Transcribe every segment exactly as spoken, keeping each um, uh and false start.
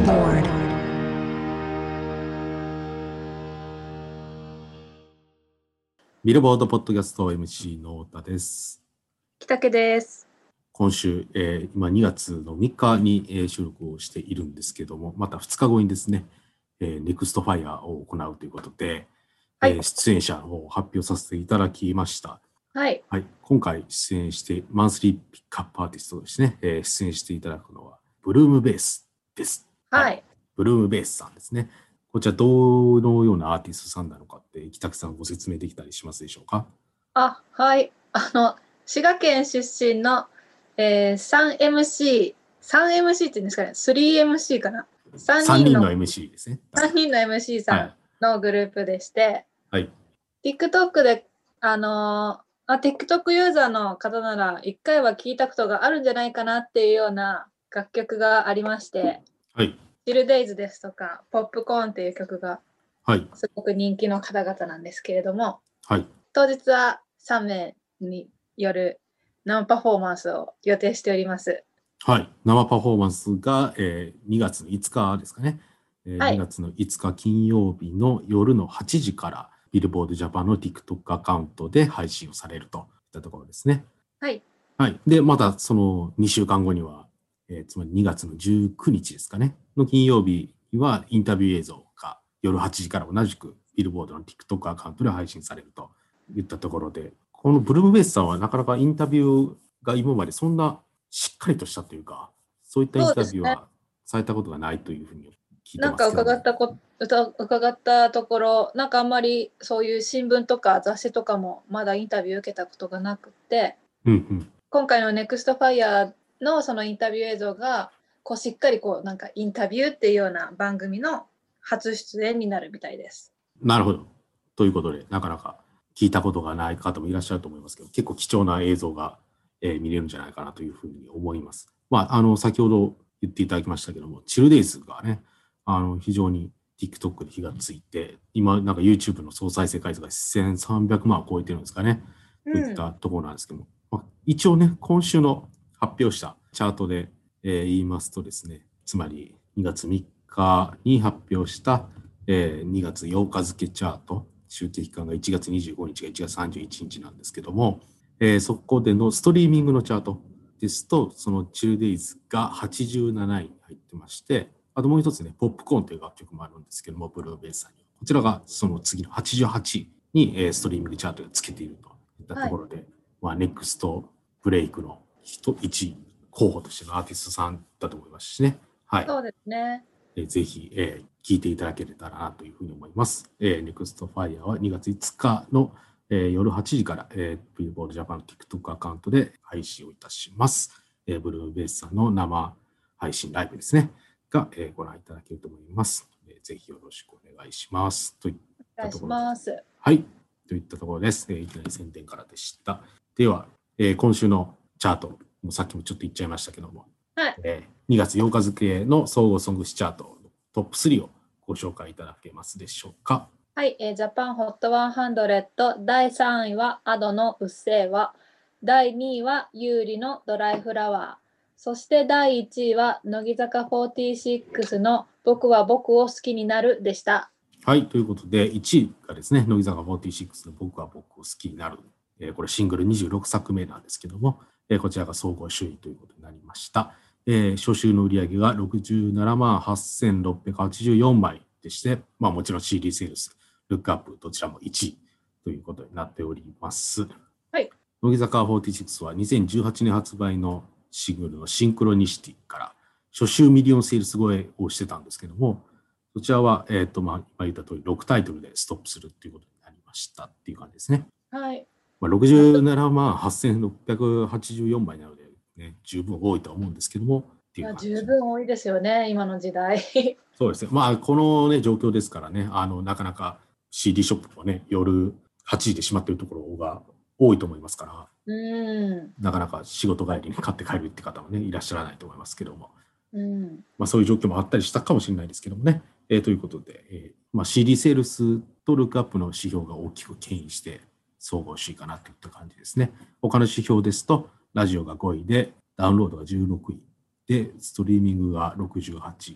Billboard. ビルボードポッドキャスト エムシー の太田です。 北家です。 今週、えー、今にがつのみっかに、えー、収録をしているんですけども、またふつかごにですね、えー、ネクストファイアを行うということで、はいえー、出演者を発表させていただきました。 はい。 はい、今回出演して、マンスリーピックアップアーティストですね、えー、出演していただくのは、ブルームベースです。 はい。はい、 ブルームベースさんですね。こちらどのようなアーティストさんなのかって、北木さんご説明できたりしますでしょうか？ あ、はい。あの、滋賀県出身の、えー、スリーエムシー、スリーエムシー って言うんですかね、スリーエムシー かな。 さんにんの エムシー ですね。 さんにんの エムシー さんのグループでして、 はい。 TikTok で、あのー、あ TikTok ユーザーの方ならいっかいは聞いたことがあるんじゃないかなっていうような楽曲がありまして、 はい。 チルデイズですとか、ポップコーンっていう曲がすごく人気の方々なんですけれども、 はい、 当日はさんめいによる生パフォーマンスを予定しております。 はい。生パフォーマンスが、えー、にがつのいつかですかね、えーはい。にがつのいつか金曜日の夜のはちじからビルボードジャパンの TikTok アカウントで配信をされるといったところですね。 はい。 はい。で、またそのにしゅうかんごには、えー、つまりにがつのじゅうくにちですかね、の金曜日にはインタビュー映像が夜はちじから同じくビルボードの TikTok アカウントで配信されるといったところで、このブルームベースさんはなかなかインタビューが今までそんなしっかりとしたというか、そういったインタビューはされたことがないというふうに聞いてますけど、 なんか伺ったこ伺ったところ、なんかあんまりそういう新聞とか雑誌とかもまだインタビュー受けたことがなくて、 うんうん、 今回のネクストファイヤーのそのインタビュー映像がこうしっかりこうなんかインタビューっていうような番組の初出演になるみたいです。 なるほど。ということで、なかなか聞いたことがない方もいらっしゃると思いますけど、結構貴重な映像が、えー、見れるんじゃないかなというふうに思います。まあ、あの、先ほど言っていただきましたけども、チルデイズがね、あの、非常に TikTok で火がついて、今、なんか YouTube の総再生回数がせんさんびゃくまんを超えてるんですかね、うん、といったところなんですけども、まあ、一応ね、今週の発表したチャートで、えー、言いますとですね、つまりにがつみっかに発表したえー、にがつようか付チャート、集計期間がいちがつにじゅうごにちがいちがつさんじゅういちにちなんですけども、えー、そこでのストリーミングのチャートですと、そのチルデイズがはちじゅうなないに入ってまして、あともう一つね、ポップコーンという楽曲もあるんですけども、ブルーベースさんに。こちらがその次のはちじゅうはちいに、えー、ストリーミングチャートをつけているといったところで、はい、まあ、ネクストブレイクのいち候補としてのアーティストさんだと思いますしね。はい。 そうですね。 ぜひ、えー、聞いていただけたらなというふうに思います。えー、ネクストファイヤーはにがついつかの、えー、夜はちじから、えー、ビルボードジャパンの TikTok アカウントで配信をいたします。えー、ブルーベースさんの生配信ライブですね、が、えー、ご覧いただけると思います。えー、ぜひよろしくお願いします。といったところで。お願いします。はい。といったところです。えー、いきなり宣伝からでした。では、えー、今週のチャート、もうさっきもちょっと言っちゃいましたけども、 はいえー、にがつようか付の総合ソングスチャートのトップスリーをご紹介いただけますでしょうか。 はい、えー、ジャパンホットひゃく、だいさんいはアドのうっせぇわ、だいにいはユーリのドライフラワー、そしてだいいちいは乃木坂フォーティーシックスの僕は僕を好きになるでした。 はい、ということでいちいがですね、乃木坂フォーティーシックスの僕は僕を好きになる、えー、これシングルにじゅうろくさくめなんですけども、えー、こちらが総合首位ということになりました。えー、初週の売り上げがろくじゅうななまんはっせんろっぴゃくはちじゅうよんまいでして、まあ、もちろん シーディー セールス、ルックアップどちらもいちいということになっております。 はい、 乃木坂フォーティーシックスはにせんじゅうはちねん発売のシングルのシンクロニシティから初週ミリオンセールス超えをしてたんですけども、そちらは、えっと、まあ、今言った通りろくタイトルでストップするっていうことになりましたっていう感じですね。 はい。 まあ、ろくじゅうななまんはっせんろっぴゃくはちじゅうよんまいなので、ね、十分多いとは思うんですけども、っていう感じ。 十分多いですよね、今の時代。 そうですね。まあ、このね、状況ですからね、あの、なかなか シーディー ショップもね、夜はちじで閉まっているところが多いと思いますから、 うん、 なかなか仕事帰りに買って帰るって方もね、いらっしゃらないと思いますけども、 うんまあ、そういう状況もあったりしたかもしれないですけどもね。えー、ということで、えーまあ、シーディー セールスとルックアップの指標が大きく牽引して総合首位かなといった感じですね。他の指標ですと、ラジオがごいで、ダウンロードがじゅうろくいで、ストリーミングがろくじゅうはちいで、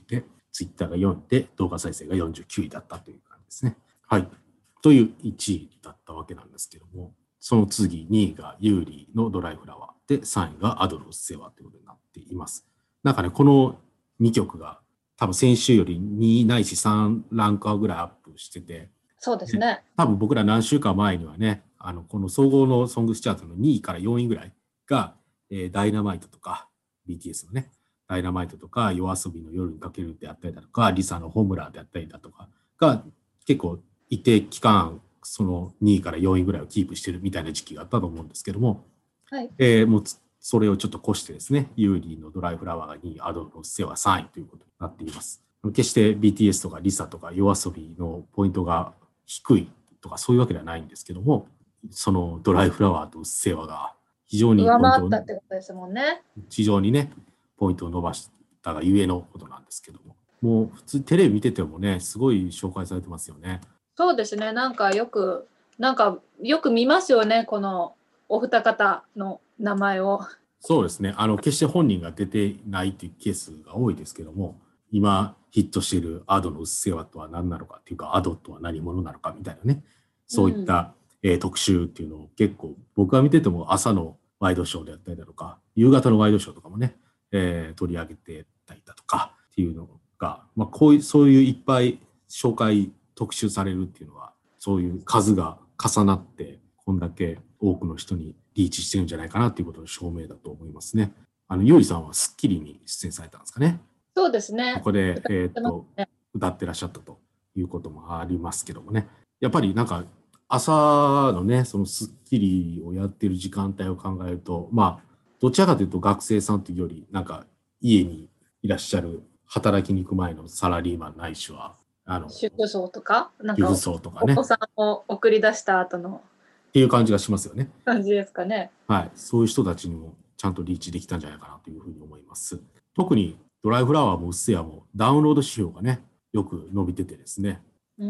ツイッターがよんいで、動画再生がよんじゅうきゅういだったという感じですね。はい。といういちいだったわけなんですけども、その次にいがユーリのドライフラワーで、さんいがアドのうっせぇわということになっています。なんかね、このにきょくが多分先週よりにないしさんランカーぐらいアップしてて、 そうですね。 多分僕ら何週間前にはね、あのこの総合のソングスチャートのにいからよんいぐらいが、えー、ダイナマイトとか ビーティーエス のね、ダイナマイトとか夜遊びの夜にかけるであったりだとか、リサのホームランであったりだとかが結構一定期間そのにいからよんいぐらいをキープしてるみたいな時期があったと思うんですけども、 はいえー、もうそれをちょっと越してですね、ユーリーのドライフラワーがにい、アドのうっせぇわさんいということになっています。決して ビーティーエス とかリサとか夜遊びのポイントが低いとかそういうわけではないんですけども、そのドライフラワーとうっせぇわが非常に上回ったってことですもんね。 非常にね、ポイントを伸ばしたがゆえのことなんですけども、もう普通テレビ見ててもね、すごい紹介されてますよね。 そうですね。なんかよく、なんかよく見ますよね、このお二方の名前を。 そうですね。あの、決して本人が出てないっていうケースが多いですけども、今ヒットしているアドのうっせぇわとは何なのかっていうか、アドとは何者なのかみたいなね、そういった、うんえー、特集っていうのを結構僕が見てても朝のワイドショーであったりだとか、夕方のワイドショーとかもね、えー、取り上げてたりだとかっていうのが、まあ、こういう、そういういっぱい紹介、特集されるっていうのは、そういう数が重なって、こんだけ多くの人にリーチしてるんじゃないかなっていうことの証明だと思いますね。あの、ゆうりさんはスッキリに出演されたんですかね。 そうですね。 ここで、えー、っと、歌ってらっしゃったということもありますけどもね。やっぱりなんか、朝のね、そのスッキリをやってる時間帯を考えると、まあ、どちらかというと学生さんというより、なんか、家にいらっしゃる、働きに行く前のサラリーマンないしは、 あの、主婦層とか、 なんか、主婦層とかね。 お子さんを送り出した後の。 っていう感じがしますよね。 感じですかね。 はい。そういう人たちにもちゃんとリーチできたんじゃないかなというふうに思います。特にドライフラワーもうっせぇわもダウンロード指標がね、よく伸びててですね。 うん、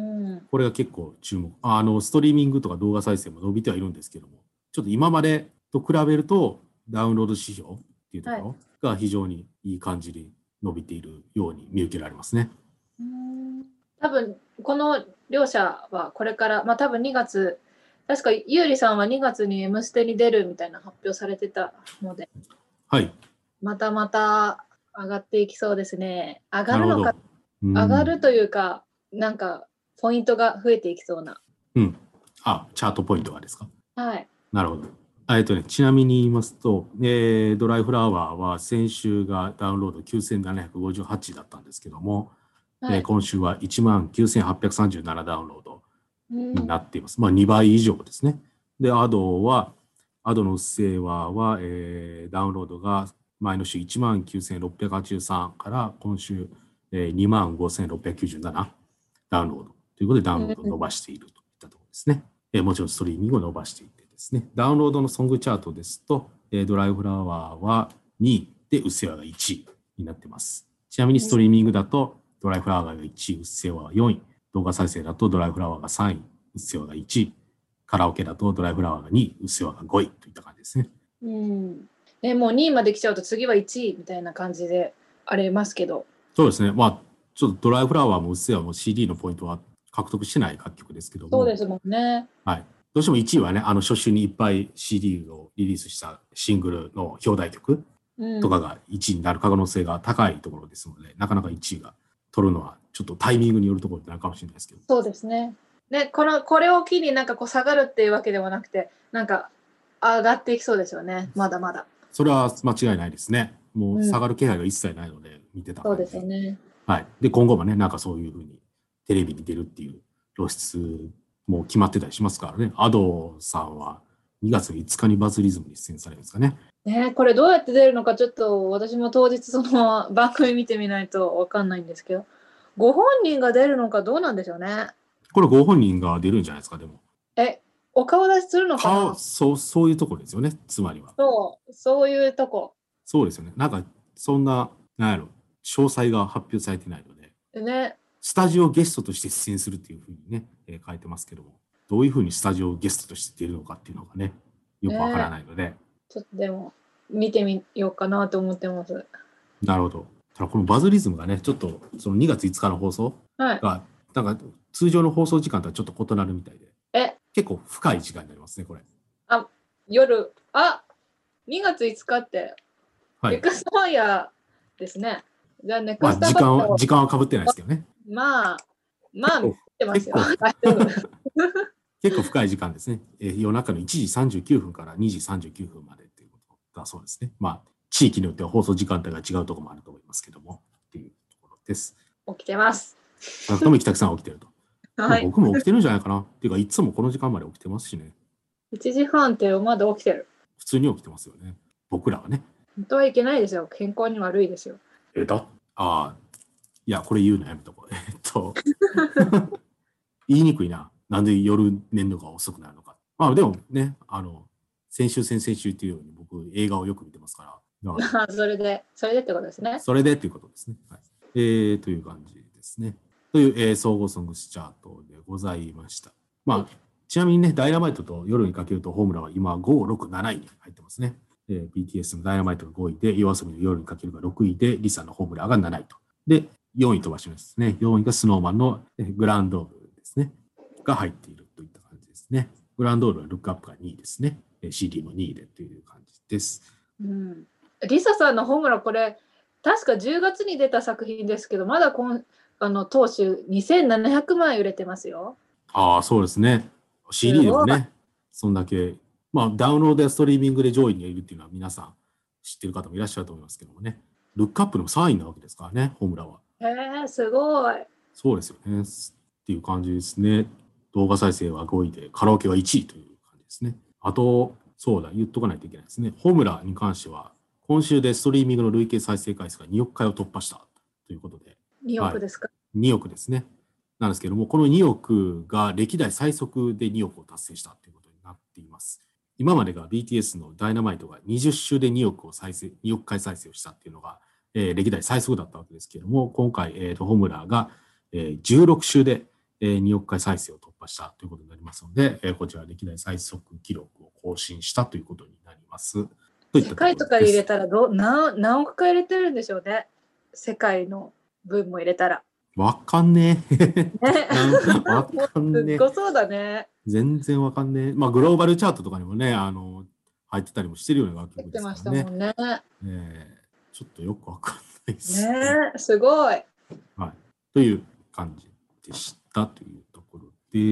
これが結構注目。あの、ストリーミングとか動画再生も伸びてはいるんですけども、ちょっと今までと比べるとダウンロード指標っていうところが非常にいい感じで伸びているように見受けられますね。 うん、多分、この両者はこれから、まあ多分にがつ、確かゆうりさんはにがつに M ステに出るみたいな発表されてたので、 はい。 またまた上がっていきそうですね。上がるのか、上がるというか、なんかポイントが増えていきそうな。 うん。あ、チャートポイントがですか。 はい。 なるほど。えっとね、ちなみに言いますと、えー、ドライフラワーは先週がダウンロードきゅうせんななひゃくごじゅうはちだったんですけども、はい、えー、今週はいちまんきゅうせんはっぴゃくさんじゅうななダウンロードになっています。まあにばい以上ですね。で、アドは、アドのうっせぇわは、えー、ダウンロードが前の週いちまんきゅうせんろっぴゃくはちじゅうさんから今週、えー、にまんごせんろっぴゃくきゅうじゅうななダウンロードということでダウンロードを伸ばしているといったところですね。えー、もちろんストリーミングを伸ばしていってですね。ダウンロードのソングチャートですと、えー、ドライフラワーはにいでうっせぇわがいちいになっています。ちなみにストリーミングだとドライフラワーがいちい、うっせぇわがよんい、動画再生だとドライフラワーがさんい、うっせぇわがいちい、カラオケだとドライフラワーがにい、うっせぇわがごいといった感じですね。 うん。え、もうにいまで来ちゃうと次はいちいみたいな感じでありますけど。 そうですね。まあ、ちょっとドライフラワーもうっせぇわも シーディー のポイントは獲得してない楽曲ですけども。 そうですもんね。 はい。どうしてもいちいはね、あの初週にいっぱい シーディー をリリースしたシングルの表題曲とかがいちいになる可能性が高いところですので、うん、なかなかいちいが取るのはちょっとタイミングによるところってなるかもしれないですけど。 そうですね。ね、このこれを機になんかこう下がるっていうわけではなくて、なんか上がっていきそうですよね。まだまだ。 それは間違いないですね。もう下がる気配が一切ないので、うん、見てたそうですよね。 はい。で、今後もね、なんかそういうふうにテレビに出るっていう露出も決まってたりしますからね。アドさんはにがついつかにバズリズムに出演されるんですかね。 ね、これどうやって出るのかちょっと私も当日その番組見てみないと分かんないんですけど、ご本人が出るのかどうなんでしょうね。 これご本人が出るんじゃないですか、でも。 え、お顔出しするのかな。 そう、そういうところですよね、つまりは。 そう、そういうとこ。 そうですよね。なんか、そんな、なんやろ、詳細が発表されてないので、 ね、 スタジオゲストとして出演するっていうふうにね、えー、書いてますけども、どういうふうにスタジオゲストとして出るのかっていうのがね、よくわからないので、 ね、ちょっとでも見てみようかなと思ってます。 なるほど。 ただこのバズリズムがね、ちょっとそのにがついつかの放送はい。 が、なんか通常の放送時間とはちょっと異なるみたいで、 え、 結構深い時間になりますね、これ。 あ、夜、あ、にがついつかって、 はい。 ネクストファイヤーですね。じゃあ、ネクまあ、 ストファイヤーを、 時間は、時間は被ってないですけどね。 まあ、まあ、見結構、 てますよ。 結構、 大丈夫。 結構深い時間ですね。えー夜中のいちじさんじゅうきゅうふんからにじさんじゅうきゅうふんまでっていうことだそうですね。まあ、地域によっては放送時間帯が違うところもあると思いますけども、っていうところです。 起きてます。 少なくとも北木さんは起きてると。まあ、 はい。 僕も起きてるんじゃないかな。っていうか、いつもこの時間まで起きてますしね。 いちじはんってまだ起きてる。 普通に起きてますよね。僕らはね。 本当はいけないですよ。健康に悪いですよ。 え、だ、ああ、いや、これ言うのやめとこう。えっと、言いにくいな。なんで夜寝るのが遅くなるのか。まあでもね、あの、先週、先々週っていうように僕映画をよく見てますから。だからそれで、それでってことですね。 それでっていうことですね。はい、えー、という感じですね。という、えー、総合ソングスチャートでございました。まあ、はい、ちなみにね、ダイナマイトと夜にかけるとホームランは今ご、ろく、なないに入ってますね。えー、ビーティーエス のダイナマイトがごいで、夜遊びの夜にかけるがろくいで、リサのホームランがなないと。で、よんい飛ばしますね。よんいがスノーマンのグランドールですね。が入っているといった感じですね。グランドールはルックアップがにいですね。シーディー もにいでという感じです。 うん、リサさんのホームラン、これ、確かじゅうがつに出た作品ですけど、まだ今あの当週にせんななひゃくまい売れてますよ。 ああ、そうですね。シーディー でもね、そんだけ、まあ、ダウンロードやストリーミングで上位にいるっていうのは皆さん知ってる方もいらっしゃると思いますけどもね。ルックアップのさんいなわけですからね、ホームランは。 へえ、すごい。 そうですよね。っていう感じですね。動画再生はごいで、カラオケはいちいという感じですね。あと、そうだ、言っとかないといけないですね。ホームランに関しては、今週でストリーミングの累計再生回数がにおくかいを突破したということで。 におくですか、はい、におくですね。なんですけども、このにおくが歴代最速でにおくを達成したということになっています。今までが ビーティーエス のダイナマイトがにじゅっしゅうでにおくを再生、におくかい再生をしたっていうのが、えー、歴代最速だったわけですけども、今回、えーと、ホームランが、えー、じゅうろくしゅうで、えー、におくかい再生を突破したということになりますので、えー、こちら歴代最速記録を更新したということになります。といったところです。 世界とか入れたらど何、何億回入れてるんでしょうね。世界の分も入れたら。 わかんねえ。わかんねえ。 すごそうだね。 全然わかんねえ。まあ、グローバルチャートとかにもね、あの、入ってたりもしてるような楽曲ですからね。 入ってましたもんね。 えー、ちょっとよくわかんないですね。ねすごい。 はい。という感じでしたというところです。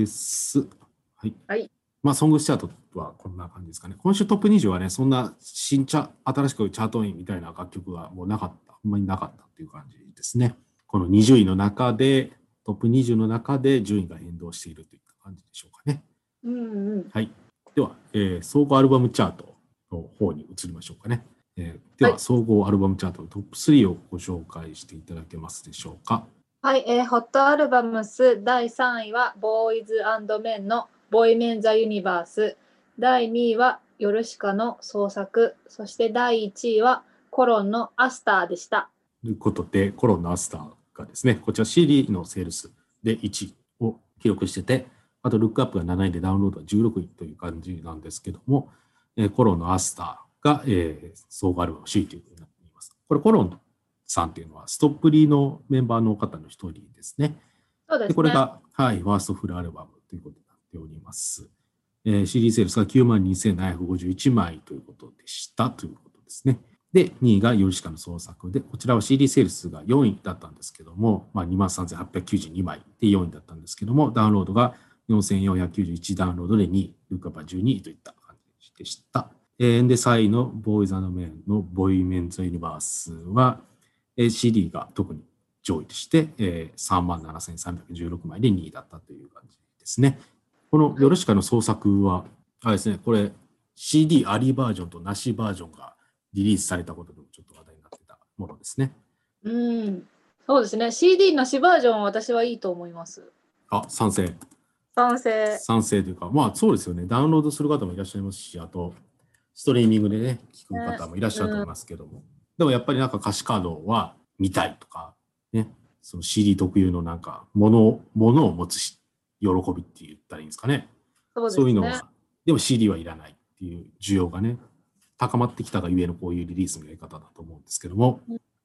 はい。 はい。 まあ、ソングスチャートはこんな感じですかね。今週トップにじゅうはね、そんな新チャ、新しくチャートインみたいな楽曲がもうなかった。あんまりなかったっていう感じですね。このにじゅういの中で、トップにじゅうの中で順位が変動しているといった感じでしょうかね。 うんうん、 はい。では、えー、総合アルバムチャートの方に移りましょうかね。えー、では、はい、総合アルバムチャートのトップスリーをご紹介していただけますでしょうか。 はい、えー、ホットアルバムスだいさんいはボーイズ&メンのボイメンザユニバース。だいにいはヨルシカの創作。そしてだいいちいはコロンのアスターでした。 ということで、コロンのアスターがですね、こちら シーディー のセールスでいちいを記録してて、あとルックアップがなないでダウンロードはじゅうろくいという感じなんですけども、えー、コロンのアスターが、えー、総合アルバム首位ということになっています。これコロンさんっていうのはストップリーのメンバーの方の一人ですね。 そうですね。 でこれが、はい、ファーストフルアルバムということになっております。えー、シーディー セールスが きゅうまんにせんななひゃくごじゅういちまいということでしたということですね。で、にいがヨルシカの創作で、こちらは シーディー セールスがよんいだったんですけども、まあ、にまんさんぜんはっぴゃくきゅうじゅうにまいでよんいだったんですけども、ダウンロードがよんせんよんひゃくきゅうじゅういちダウンロードでにい、ルックアップはじゅうにいといった感じでした。えー、で、さんいのボーイズ&メンのボイメンズ・ユニバースは、えー、シーディー が特に上位として、えー、さんまんななせんさんびゃくじゅうろくまいでにいだったという感じですね。このヨルシカの創作は、あれですね、これ シーディー ありバージョンとなしバージョンがリリースされたことでもちょっと話題になってたものですね。 うん、そうですね。シーディー なしバージョンは私はいいと思います。 あ、賛成。 賛成。 賛成というか、まあそうですよね。ダウンロードする方もいらっしゃいますし、あと、ストリーミングでね、聞く方もいらっしゃると思いますけども。うん、でもやっぱりなんか歌詞カードは見たいとか、ね、その シーディー 特有のなんか、もの、ものを持つし喜びって言ったらいいんですかね。 そうですね。 そういうのは、でも シーディー はいらないっていう需要がね、高まってきたがゆえのこういうリリースのやり方だと思うんですけども、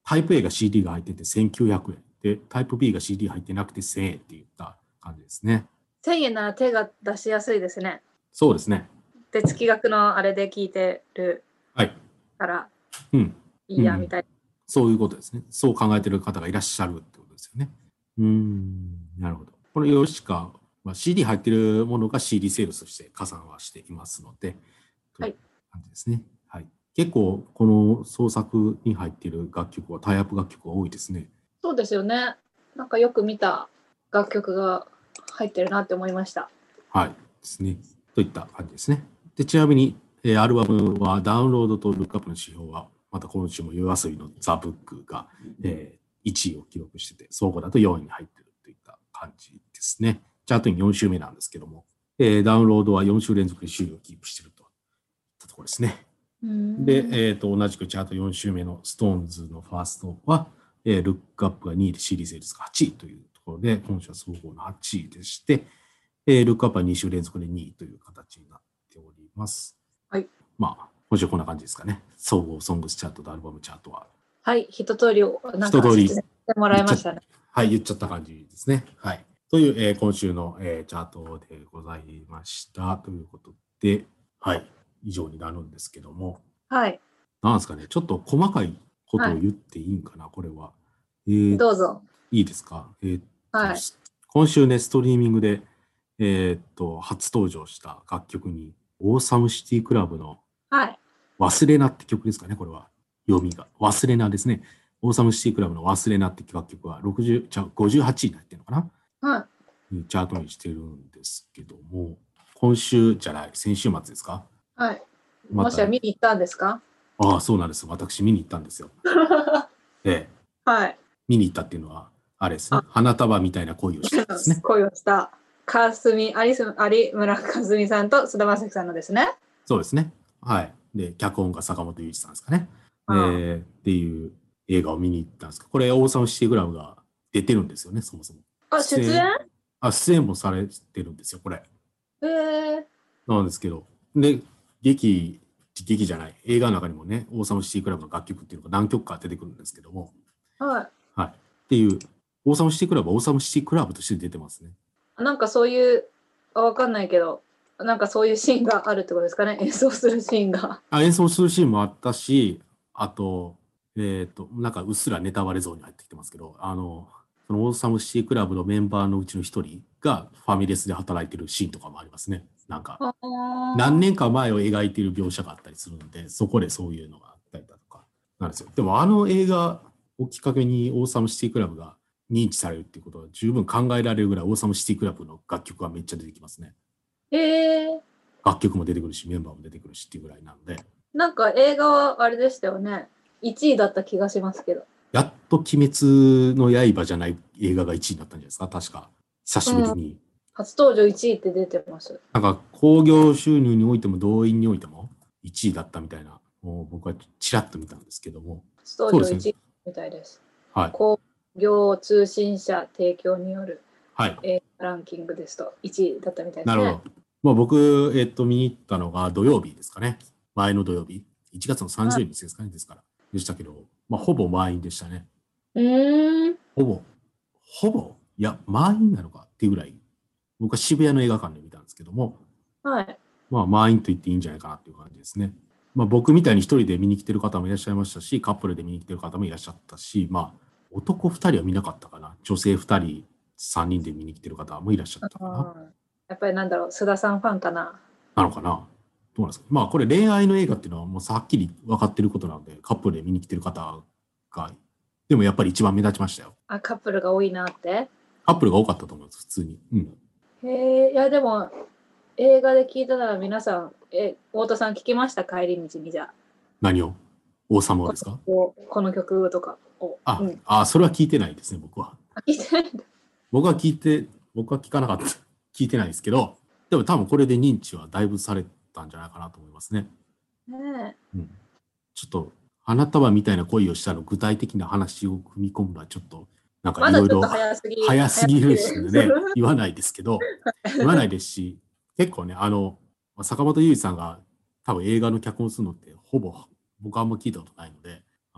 タイプ A が シーディー が入っててせんきゅうひゃくえんで、タイプ B が シーディー 入ってなくてせんえんっていった感じですね。 せんえんなら手が出しやすいですね。 そうですね。 で、月額のあれで聞いてるはい。 からうん。 いいや、 うんみたいそういうことですね。そう考えてる方がいらっしゃるってことですよね。うーん、なるほど。このヨシカは シーディー 入ってるものが シーディー セールスとして加算はしていますので、という感じですね。はい。結構、この創作に入っている楽曲はタイアップ楽曲が多いですね。 そうですよね。なんかよく見た楽曲が入ってるなって思いました。 はい。ですね。といった感じですね。で、ちなみに、えーアルバムはダウンロードとルックアップの指標は、また今週も夜遊びのザ・ブックが、えーいちいを記録してて、総合だとよんいに入っているといった感じですね。チャートによん週目なんですけども、えーダウンロードはよん週連続で首位をキープしているといったところですね。で、えーと、同じくチャートよん週目の SixTONES のファーストは、えールックアップがにいで シーディー セールスがはちいというところで、今週は総合のはちいでして、えールックアップはに週連続でにいという形になっております。 はい。 まあ、今週はこんな感じですかね。総合ソングスチャートとアルバムチャートは。 はい、一通りなんか説明してもらいましたね。 はい、言っちゃった感じですね。はい。という、えー今週の、えーチャートでございましたということで、はい、以上になるんですけども、 はい。 なんですかね、ちょっと細かいことを言っていいんかな、これは。えーどうぞ。 いいですか、えーっとはい。 今週ね、ストリーミングで、えーっと、初登場した楽曲に、オーサムシティクラブのはい。 忘れなって曲ですかね、これは。読みが。忘れなですね。オーサムシティクラブの忘れなって楽曲はろくじゅう、じゃごじゅうはちいになってるのかな、 はチャートにしてるんですけども、今週じゃない、先週末ですか。 い。はい。 またもしや見に行ったんですか？ ああ、そうなんです。私見に行ったんですよ。ええ、 はい。 見に行ったっていうのは、あれですねあ。 花束みたいな恋をしたんですね。 恋をしたかすみ、有栖有村架純さんと菅田将暉さんのですね。 そうですね。はい。で、脚本が坂本龍一さんですかね。 うんえーっていう映画を見に行ったんですけど、これ、オーサムシティクラブが出てるんですよね、そもそも。 あ、出演？ あ、出演もされてるんですよ、これ。 えー、 なんですけど、で、劇、劇じゃない、映画の中にもね、オーサムシティクラブの楽曲っていうのが何曲か出てくるんですけども、 はい。 はい。っていう、オーサムシティクラブはオーサムシティクラブとして出てますね。 なんかそういう、あ、わかんないけど、なんかそういうシーンがあるってことですかね、演奏するシーンが。 あ、演奏するシーンもあったし、あと、えっ、と、なんかうっすらネタバレゾーンに入ってきてますけど、あの、そのオーサムシティクラブのメンバーのうちの一人がファミレスで働いてるシーンとかもありますね。なんか、何年か前を描いている描写があったりするので、そこでそういうのがあったりだとかなんですよ。でもあの映画をきっかけにオーサムシティクラブが認知されるっていうことは十分考えられるぐらいオーサムシティクラブの楽曲がめっちゃ出てきますね。 へえ。 楽曲も出てくるし、メンバーも出てくるしっていうぐらいなので、 なんか映画はあれでしたよね。いちいだった気がしますけど。 やっと鬼滅の刃じゃない映画がいちいになったんじゃないですか、確か。久しぶりに。 初登場いちいって出てます。 なんか興行収入においても動員においてもいちいだったみたいな、もう僕はちらっと見たんですけども。 初登場いちいみたいです。 はい。 興行通信社提供によるはい。 映画ランキングですといちいだったみたいですね。 なるほど。まあ、僕、えっと、見に行ったのが土曜日ですかね。前の土曜日。いちがつのさんじゅうにちですかね。ですから。でしたけど、まあ、ほぼ満員でしたね。 うーん。 ほぼ、ほぼ、いや、満員なのかっていうぐらい、僕は渋谷の映画館で見たんですけども、 はい。 まあ、満員と言っていいんじゃないかなっていう感じですね。まあ、僕みたいに一人で見に来てる方もいらっしゃいましたし、カップルで見に来てる方もいらっしゃったし、まあ、男ふたりは見なかったかな。女性ふたり、さんにんで見に来てる方もいらっしゃったかな。 やっぱりなんだろう、須田さんファンかな。 なのかな。どうなんですか。まあ、これ恋愛の映画っていうのはもうはっきり分かってることなので、カップルで見に来てる方が、でもやっぱり一番目立ちましたよ。 あ、カップルが多いなって。 カップルが多かったと思います、普通に。うん。 へえ、いやでも、映画で聞いたなら皆さん、え、太田さん聞きました帰り道にじゃあ。 何を王様をですか？ ここの曲とかを。 あ、 うん、 あ、それは聞いてないですね、僕は。 あ、聞いてないんだ。 僕は聞いて、僕は聞かなかった。聞いてないですけど、でも多分これで認知はだいぶされたんじゃないかなと思いますね。 ねうん。ちょっと、花束みたいな恋をしたの具体的な話を組み込むのはちょっと、なんかいろいろ早すぎ早すぎるしね、言わないですけど、言わないですし、結構ね、あの、坂本龍一さんが多分映画の脚本するのってほぼ僕はあんま聞いたことないので、あの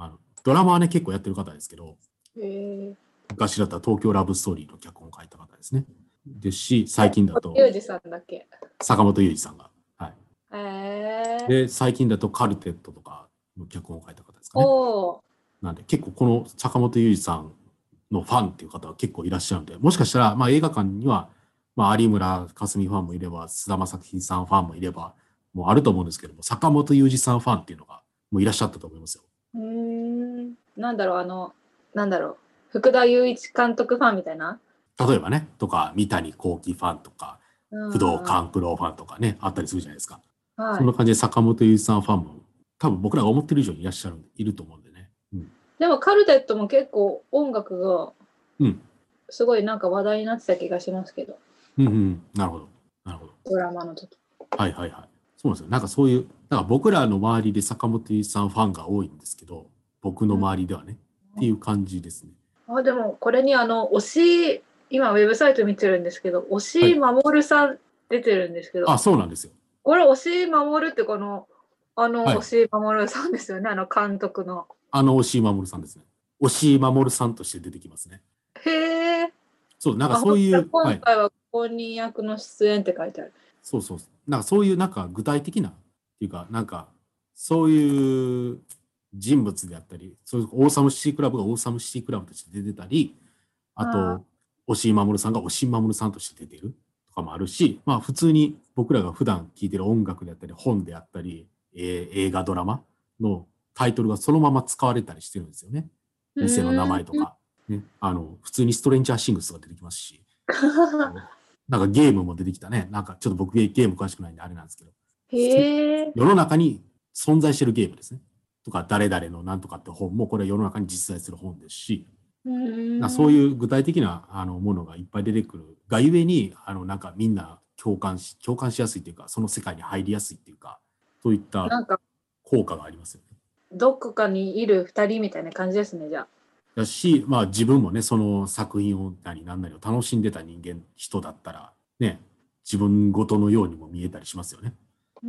ドラマはね、結構やってる方ですけど、 へ昔だったら東京ラブストーリーの脚本を書いた方ですね。ですし、最近だとユージさんだっけ。 坂本雄二さんが。はい。 へえ。 で、最近だとカルテットとかの脚本を書いた方ですかね。 おー。 なんで結構この坂本雄二さんのファンっていう方は結構いらっしゃるんで、もしかしたらまあ映画館には、まあ、有村架純ファンもいれば、菅田将暉さんファンもいれば、もうあると思うんですけども、坂本雄二さんファンっていうのがもういらっしゃったと思いますよ。 うーん。なんだろう、あの、なんだろう。福田雄一監督ファンみたいな。 例えばね、とか、三谷幸喜ファンとか、工藤官九郎ファンとかね、あったりするじゃないですか。 はい、 そんな感じで坂本雄一さんファンも、多分僕らが思ってる以上にいらっしゃる、いると思うんでね。うん、 でもカルテットも結構音楽が、 うん。 すごいなんか話題になってた気がしますけど。 うんうん。なるほど。なるほど。 ドラマの時。 はいはいはい。そうなんですよ。なんかそういう、だから僕らの周りで坂本雄一さんファンが多いんですけど、僕の周りではね、うん、っていう感じですね。 あ、でもこれにあの、推し、今ウェブサイト見てるんですけど、推し守さん出てるんですけど、 はい、あ、そうなんですよ。 これ推し守ってこの、あの、 はい、 推し守さんですよね、あの監督の。 あの推し守さんですね。推し守さんとして出てきますね。 へえ。 そう、なんかそういう。 今回は本人役の出演って書いてある。はい、 そうそう。なんかそういうなんか具体的なっていうか、なんかそういう人物であったり、そういうオーサムシティクラブがオーサムシティクラブとして出てたり、あと、押井守さんが押井守さんとして出てるとかもあるし、まあ普通に僕らが普段聴いてる音楽であったり、本であったり、えー、映画ドラマのタイトルがそのまま使われたりしてるんですよね。店の名前とか、ね。あの、普通にストレンジャーシングスが出てきますし。なんかゲームも出てきたね。なんかちょっと僕ゲーム詳しくないんであれなんですけど。 へー。 世の中に存在してるゲームですね。とか、誰々のなんとかって本も、これは世の中に実在する本ですし、 うんそういう具体的なあのものがいっぱい出てくるがゆえに、あのなんかみんな共感し、共感しやすいというか、その世界に入りやすいというか、そういった効果がありますよね。 どこかにいる二人みたいな感じですね、じゃあ。 だし、まあ自分もね、その作品を何何なりを楽しんでた人間、人だったら、ね、自分ごとのようにも見えたりしますよね。 うん。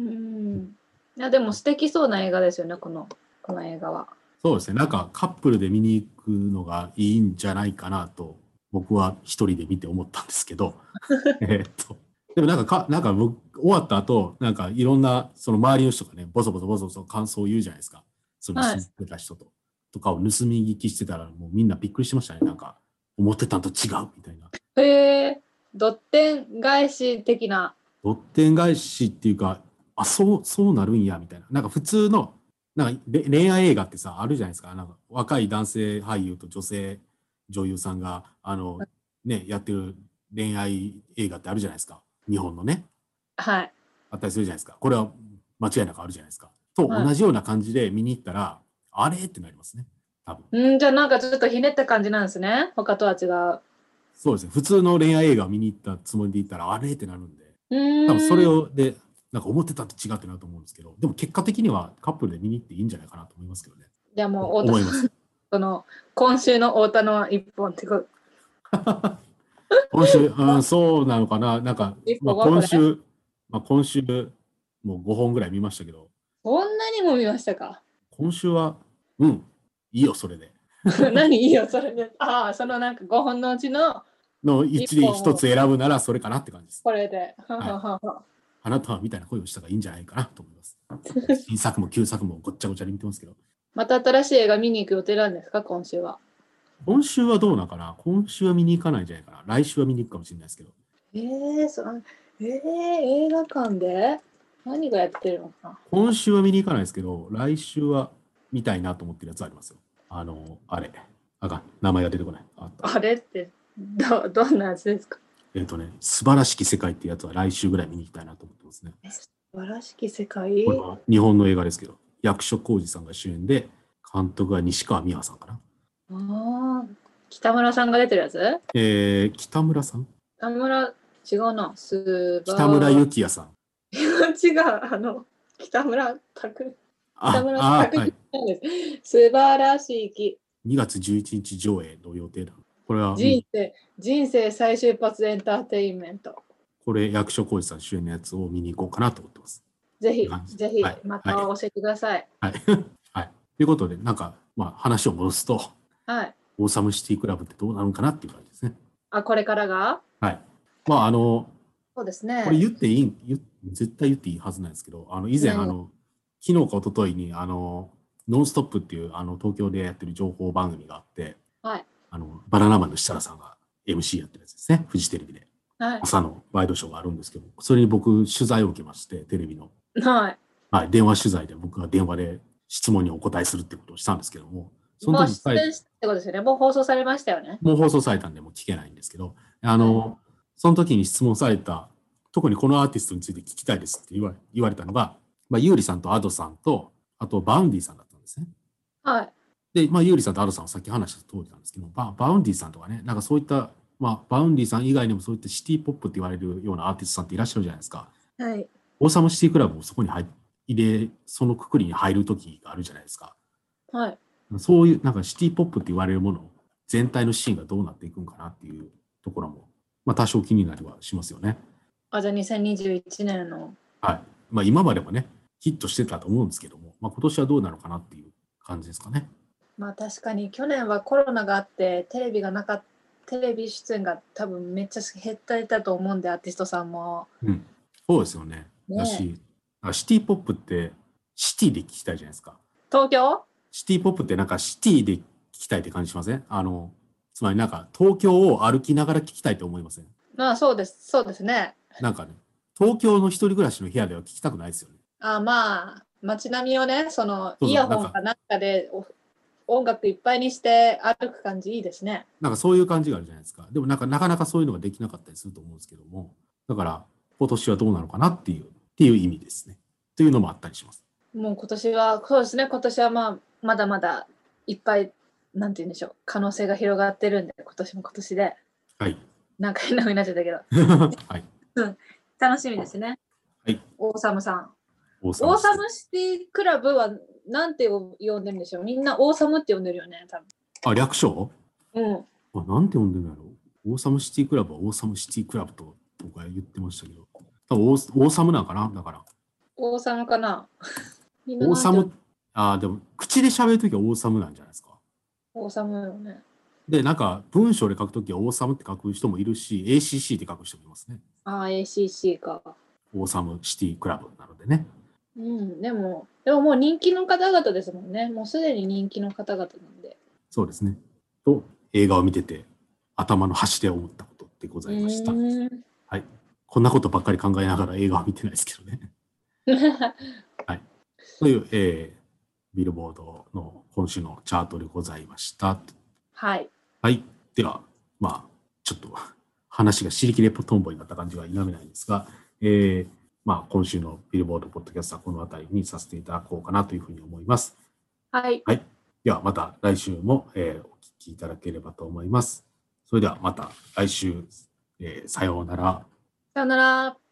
いや、でも素敵そうな映画ですよね、この、この映画は。 そうですね。なんかカップルで見に行くのがいいんじゃないかなと、僕は一人で見て思ったんですけど、えっと、でもなんかか、なんか僕、終わった後、なんかいろんな、その周りの人がね、ボソボソボソボソ感想を言うじゃないですか。その知ってた人と、はい、とかを盗み聞きしてたら、もうみんなびっくりしてましたね。なんか、思ってたんと違うみたいな。 へえ、どってん返し的な。 どってん返しっていうか、あ、そう、そうなるんや、みたいな。なんか普通の、なんか恋愛映画ってさ、あるじゃないですか。なんか若い男性俳優と女性女優さんが、あの、ね、やってる恋愛映画ってあるじゃないですか。日本のね。 はい。 あったりするじゃないですか。これは間違いなくあるじゃないですか。と同じような感じで見に行ったら、はい、あれってなりますね。多分。 んじゃあなんかちょっとひねった感じなんですね。他とは違う。 そうですね。普通の恋愛映画を見に行ったつもりで行ったら、あれってなるんで。 うん多分それをで、なんか思ってたと違ってなると思うんですけど、でも結果的にはカップルで見に行っていいんじゃないかなと思いますけどね。 じゃあもう思います。 その今週の太田の一本ってこと。 今週、うん、そうなのかな。なんか、まあ、今週、まあ、今週、もうごほんぐらい見ましたけど。 そんなにも見ましたか。 今週は、うん、いいよ、それで。 何いいよ、それで。ああ、そのなんかごほんのうちのの一で一つ選ぶならそれかなって感じです。 これで。 はい、あなたはみたいな声をしたらいいんじゃないかなと思います。新作も旧作もごっちゃごちゃに見てますけど。 また新しい映画見に行く予定なんですか、今週は。 今週はどうなのかな。今週は見に行かないんじゃないかな。来週は見に行くかもしれないですけど。 えー、そえー、映画館で何がやってるのかな。 今週は見に行かないですけど、来週は見たいなと思ってるやつありますよ。あの、あれ。あかん、名前が出てこない。あった。 あれってど、どんなやつですか。 えっとね、素晴らしき世界っていうやつは来週ぐらい見に行きたいなと思ってますね。 素晴らしき世界。 これは日本の映画ですけど、役所広司さんが主演で、監督は西川美和さんかな。 ああ、北村さんが出てるやつ。 えー、北村さん北村、違うな。すば北村幸也さん。 違う、あの、北村拓北村拓はい、 素晴らしき。 にがつじゅういちにち上映の予定だ。これは人生、人生最終発エンターテインメント。 これ、役所広司さん主演のやつを見に行こうかなと思ってます。 ぜひ、ぜひ、 はい、 また教えてください。 はい。はい。ということで、なんか、 まあ、話を戻すと、 はい。 オーサムシティクラブってどうなるのかなっていう感じですね。 あ、これからがはい。まあ、あの、 そうですこれね。 言っていい、言絶対言っていいはずなんですけど、あの、以前、あ何の、昨日か一昨日に、あの、ノンストップっていう、あの、東京でやってる情報番組があって、 はい。 あの、バナナマンの設楽さんが エムシー やってるやつですね。フジテレビで。 はい。 朝のワイドショーがあるんですけど、それに僕、取材を受けまして、テレビの。 はい。 はい、電話取材で僕が電話で質問にお答えするってことをしたんですけども、そのもう時はい出演したってことですよね。もう放送されましたよね。 もう放送されたんでもう聞けないんですけど、あはい。 の、その時に質問された、特にこのアーティストについて聞きたいですって言われ言われたのが、まあ、ユーリさんとアドさんと、あとバウンディさんだったんですね。 はい。 で、まあ、ユーリさんとアドさんはさっき話した通りなんですけど、ババウンディさんとかね、なんかそういった、まあ、バウンディさん以外にもそういったシティポップって言われるようなアーティストさんっていらっしゃるじゃないですか。 はい。 オーサムシティクラブもそこに入入れ、そのくくりに入る時があるじゃないですか。 はい。 そういうなんかシティポップって言われるもの全体のシーンがどうなっていくんかなっていうところも、まあ、多少気になりはしますよね。 あ、じゃあにせんにじゅういちねんの。 はい。まあ、今までもね、ヒットしてたと思うんですけども、まあ、今年はどうなのかなっていう感じですかね。 まあ確かに去年はコロナがあってテレビがなかったテレビ出演が多分めっちゃ減っていたと思うんでアーティストさんも。 うん。そうですよね。 ねだし、シティポップってシティで聞きたいじゃないですか。 東京シティポップってなんかシティで聞きたいって感じしません？あの、つまりなんか東京を歩きながら聞きたいと思いません？ まあそうです。そうですね。 なんかね、東京の一人暮らしの部屋では聞きたくないですよね。 あまあ街並みをね、そのそうそう、 イヤなんか、 ホンかなんかで音楽いっぱいにして歩く感じいいですね。 なんかそういう感じがあるじゃないですか。でもなんかなかなかそういうのができなかったりすると思うんですけども、だから今年はどうなのかなっていう、っていう意味ですね。というのもあったりします。 もう今年は、そうですね、今年はまあまだまだいっぱい、なんて言うんでしょう、可能性が広がってるんで、今年も今年で。 はい。 なんか変な風になっちゃったけど。 はい。 うん、楽しみですね。 はい。 オーサムさん。 オーオーサムシティクラブはなんて呼んでるんでしょう？みんなオーサムって呼んでるよね、多分。 あ、略称？ うん。 あ、なんて呼んでるんだろう。オーサムシティクラブはオーサムシティクラブと僕は言ってましたけど、多分オーオーサムなんかなだから。 オーサムかなみんなオーサム、 なんてあ、でも口で喋るときはオーサムなんじゃないですか。 オーサムよね。 で、なんか文章で書くときはオーサムって書く人もいるし、エーシーシー って書く人もいますね。 ああ、エーシーシー か。 オーサムシティクラブなのでね。 うん、でも、でももう人気の方々ですもんね。もうすでに人気の方々なんで。 そうですね。と、映画を見てて、頭の端で思ったことでございました。はい。こんなことばっかり考えながら映画を見てないですけどね。はい。という、えー、ビルボードの今週のチャートでございました。 はい。 はい。では、まあ、ちょっと話が尻切れトンボになった感じは否めないんですが、えー、まあ、今週のビルボードポッドキャストはこの辺りにさせていただこうかなというふうに思います。 はい。 はい。では、また来週も、えー、お聞きいただければと思います。それではまた来週、えー、さようなら。 さようなら。